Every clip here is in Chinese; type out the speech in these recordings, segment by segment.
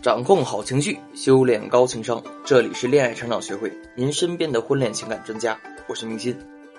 掌控好情绪，修炼高情商。这里是恋爱成长学会，您身边的婚恋情感专家，我是明心。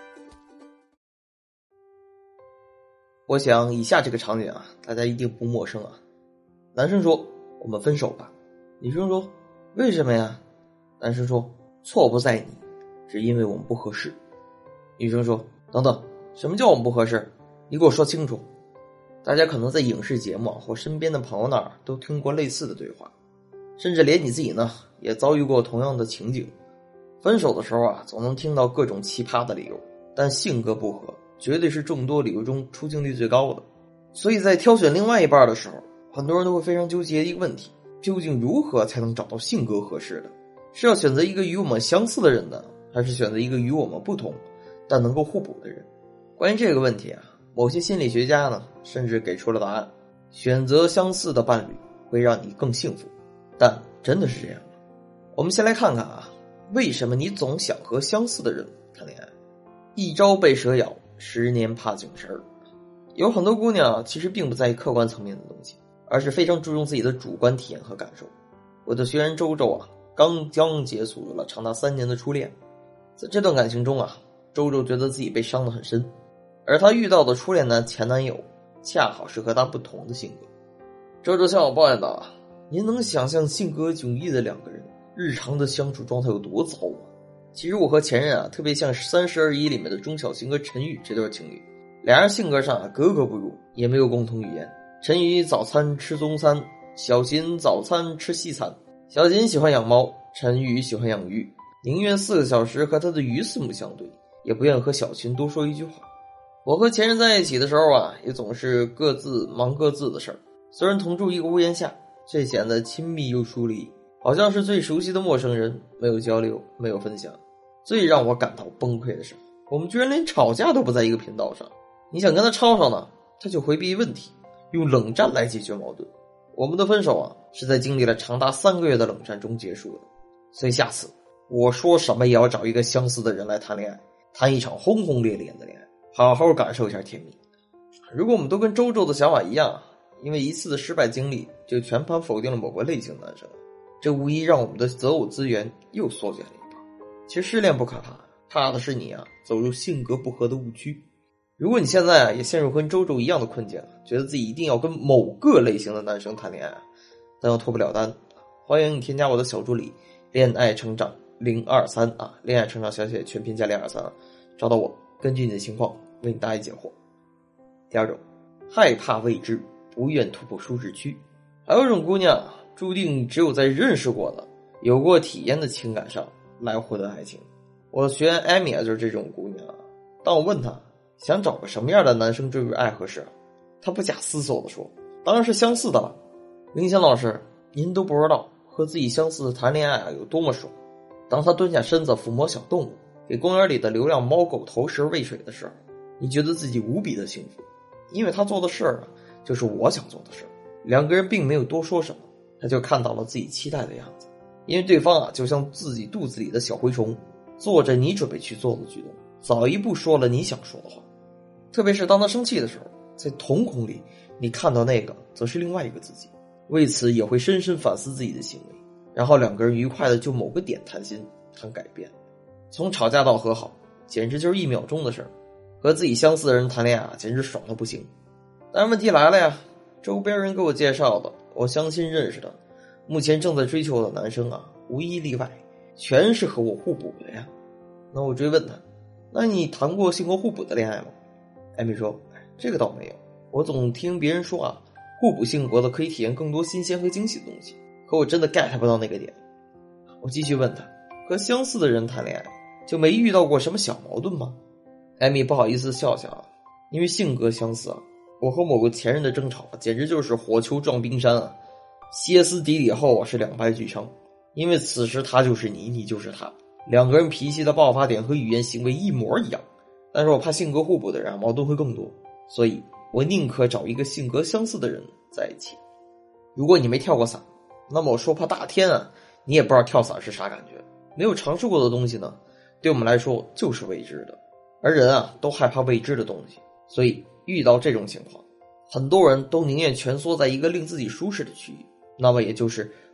我想以下这个场景大家一定不陌生男生说我们分手吧，女生说为什么呀？男生说错不在你，是因为我们不合适。女生说等等，什么叫我们不合适？你给我说清楚。大家可能在影视节目或身边的朋友那儿都听过类似的对话，甚至连你自己呢也遭遇过同样的情景。分手的时候总能听到各种奇葩的理由，但性格不合绝对是众多理由中出镜率最高的。所以在挑选另外一半的时候，很多人都会非常纠结一个问题，究竟如何才能找到性格合适的？是要选择一个与我们相似的人呢，还是选择一个与我们不同但能够互补的人？关于这个问题某些心理学家呢甚至给出了答案，选择相似的伴侣会让你更幸福。但真的是这样吗？我们先来看看为什么你总想和相似的人谈恋爱。一朝被蛇咬，10年怕井绳。有很多姑娘其实并不在意客观层面的东西，而是非常注重自己的主观体验和感受。我的学员周周刚将结束了长达3年的初恋，在这段感情中周周觉得自己被伤得很深，而她遇到的初恋前男友恰好是和她不同的性格。周周向我抱怨道您能想象性格迥异的两个人日常的相处状态有多糟吗？其实我和前任特别像30而已里面的钟晓芹和陈宇这对情侣，俩人性格上格格不入，也没有共同语言。陈宇早餐吃中餐，小芹早餐吃西餐。小芹喜欢养猫，陈宇喜欢养鱼，宁愿4个小时和他的鱼四目相对，也不愿和小芹多说一句话。我和前任在一起的时候也总是各自忙各自的事儿，虽然同住一个屋檐下，却显得亲密又疏离，好像是最熟悉的陌生人，没有交流，没有分享。最让我感到崩溃的是，我们居然连吵架都不在一个频道上。你想跟他吵吵呢，他就回避问题，用冷战来解决矛盾。我们的分手是在经历了长达3个月的冷战中结束的。所以下次我说什么也要找一个相似的人来谈恋爱，谈一场轰轰烈烈的恋爱，好好感受一下甜蜜。如果我们都跟周周的想法一样，因为一次的失败经历就全盘否定了某个类型的男生，这无疑让我们的择偶资源又缩减了一半。其实失恋不可怕，怕的是你走入性格不合的误区。如果你现在也陷入跟周周一样的困境，觉得自己一定要跟某个类型的男生谈恋爱，但又脱不了单，欢迎你添加我的小助理恋爱成长023恋爱成长小写全拼加023找到我，根据你的情况为你答疑解惑。第二种，害怕未知，不愿突破舒适区。还有一种姑娘注定只有在认识过的有过体验的情感上来获得爱情。我的学员艾米就是这种姑娘。当我问她想找个什么样的男生坠入爱河时，她不假思索地说当然是相似的了。明星老师，您都不知道和自己相似的谈恋爱有多么爽。当她蹲下身子抚摸小动物，给公园里的流浪猫狗投食喂水的时候，你觉得自己无比的幸福，因为她做的事儿就是我想做的事。两个人并没有多说什么，他就看到了自己期待的样子，因为对方就像自己肚子里的小蛔虫，做着你准备去做的举动，早一步说了你想说的话。特别是当他生气的时候，在瞳孔里你看到那个则是另外一个自己，为此也会深深反思自己的行为，然后两个人愉快的就某个点谈心谈改变。从吵架到和好简直就是1秒钟的事儿，和自己相似的人谈恋爱简直爽得不行。但是问题来了周边人给我介绍的，我相亲认识的，目前正在追求的男生无一例外全是和我互补的呀。那我追问他，那你谈过性格互补的恋爱吗？艾米说这个倒没有，我总听别人说互补性格的可以体验更多新鲜和惊喜的东西，可我真的 get 不到那个点。我继续问他，和相似的人谈恋爱就没遇到过什么小矛盾吗？艾米不好意思笑笑因为性格相似我和某个前任的争吵简直就是火球撞冰山歇斯底里后是两败俱伤，因为此时他就是你，你就是他，两个人脾气的爆发点和语言行为一模一样。但是我怕性格互补的人矛盾会更多，所以我宁可找一个性格相似的人在一起。如果你没跳过伞，那么我说怕大天你也不知道跳伞是啥感觉。没有尝试过的东西呢，对我们来说就是未知的，而人都害怕未知的东西，所以遇到这种情况，很多人都宁愿蜷缩在一个令自己舒适的区域，那么也就是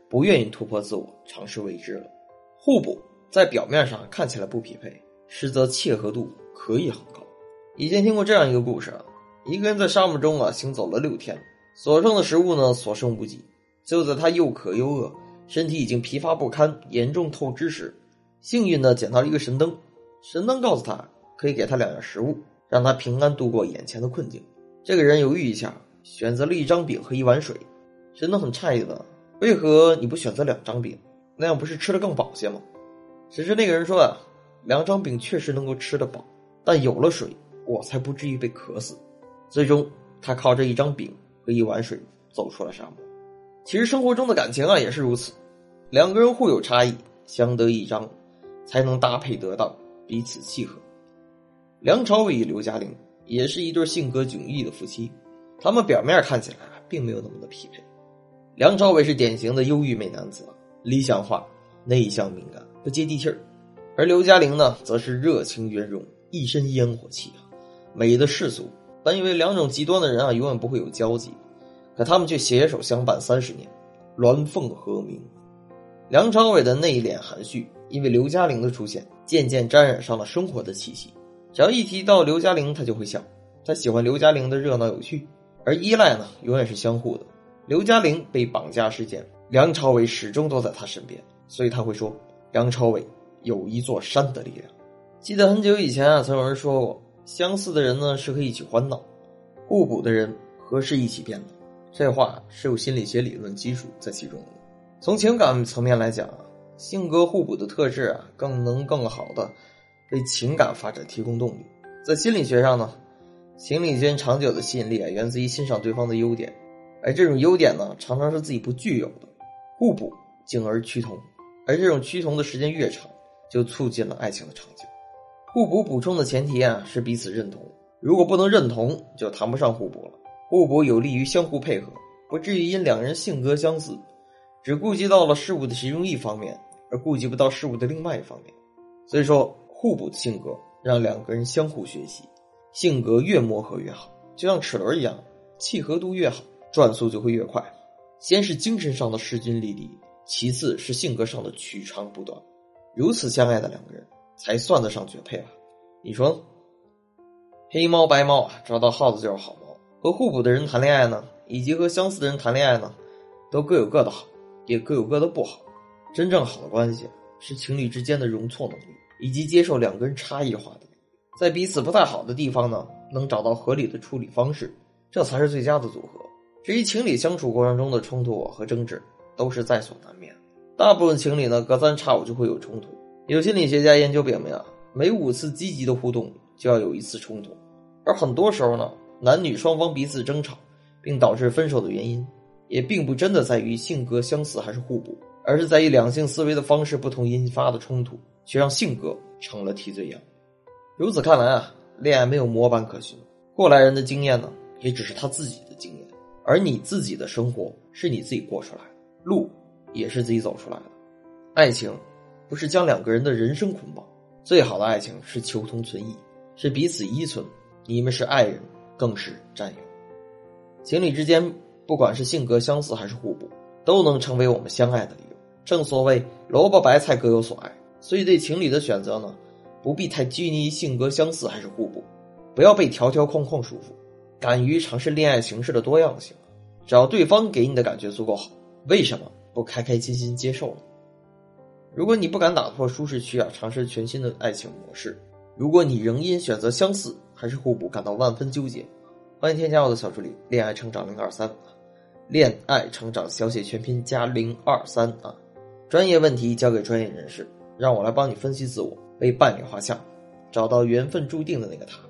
不愿意突破自我，尝试未知了。互补在表面上看起来不匹配，实则契合度可以很高。以前听过这样一个故事啊，一个人在沙漠中行走了6天，所剩的食物所剩无几。就在他又渴又饿，身体已经疲乏不堪，严重透支时，幸运地捡到了一个神灯。神灯告诉他可以给他2样食物，让他平安度过眼前的困境。这个人犹豫一下，选择了1张饼和1碗水。神灯很诧异的，为何你不选择2张饼？那样不是吃得更饱些吗？只是那个人说2张饼确实能够吃得饱，但有了水，我才不至于被渴死。最终他靠着1张饼和1碗水走出了沙漠。其实生活中的感情也是如此，2个人互有差异，相得益彰，才能搭配得当，彼此契合。梁朝伟与刘嘉玲也是一对性格迥异的夫妻，他们表面看起来并没有那么的匹配。梁朝伟是典型的忧郁美男子，理想化、内向敏感，不接地气儿；而刘嘉玲呢，则是热情圆融，一身烟火气美的世俗。本以为2种极端的人永远不会有交集，可他们却携手相伴30年，鸾凤和鸣。梁朝伟的内敛含蓄，因为刘嘉玲的出现，渐渐沾染上了生活的气息。只要一提到刘嘉玲，他就会笑。他喜欢刘嘉玲的热闹有趣，而依赖永远是相互的。刘嘉玲被绑架事件，梁朝伟始终都在他身边，所以他会说梁朝伟有一座山的力量。记得很久以前曾有人说过，相似的人适合一起欢闹，互补的人合适一起变老。这话是有心理学理论基础在其中的。从情感层面来讲性格互补的特质更能更好的为情感发展提供动力。在心理学上情侣间长久的吸引力源自于欣赏对方的优点，而这种优点常常是自己不具有的。互补进而趋同，而这种趋同的时间越长，就促进了爱情的长久。互补补充的前提是彼此认同，如果不能认同，就谈不上互补了。互补有利于相互配合，不至于因2人性格相似，只顾及到了事物的其中一方面，而顾及不到事物的另外一方面。所以说，互补的性格让2个人相互学习，性格越磨合越好，就像齿轮一样，契合度越好，转速就会越快。先是精神上的势均力敌，其次是性格上的取长补短，如此相爱的2个人才算得上绝配吧？你说呢？黑猫白猫找到耗子就是好猫。和互补的人谈恋爱以及和相似的人谈恋爱都各有各的好，也各有各的不好。真正好的关系是情侣之间的容错能力，以及接受2个人差异化的力，在彼此不太好的地方能找到合理的处理方式，这才是最佳的组合。至于情侣相处过程中的冲突和争执，都是在所难免。大部分情侣隔3差5就会有冲突。有心理学家研究表明每5次积极的互动就要有1次冲突。而很多时候男女双方彼此争吵并导致分手的原因，也并不真的在于性格相似还是互补，而是在于两性思维的方式不同引发的冲突，却让性格成了替罪羊。如此看来恋爱没有模板可循，过来人的经验也只是他自己的经验，而你自己的生活是你自己过出来的，路也是自己走出来的。爱情不是将2个人的人生捆绑，最好的爱情是求同存异，是彼此依存，你们是爱人，更是战友。情侣之间不管是性格相似还是互补，都能成为我们相爱的理由。正所谓萝卜白菜各有所爱，所以对情侣的选择不必太拘泥于性格相似还是互补，不要被条条框框束缚，敢于尝试恋爱形式的多样性。只要对方给你的感觉足够好，为什么不开开心心接受呢？如果你不敢打破舒适区尝试全新的爱情模式，如果你仍因选择相似还是互补感到万分纠结，欢迎添加我的小助理恋爱成长023，恋爱成长小写全拼加023专业问题交给专业人士，让我来帮你分析自我，为伴侣画像，找到缘分注定的那个他。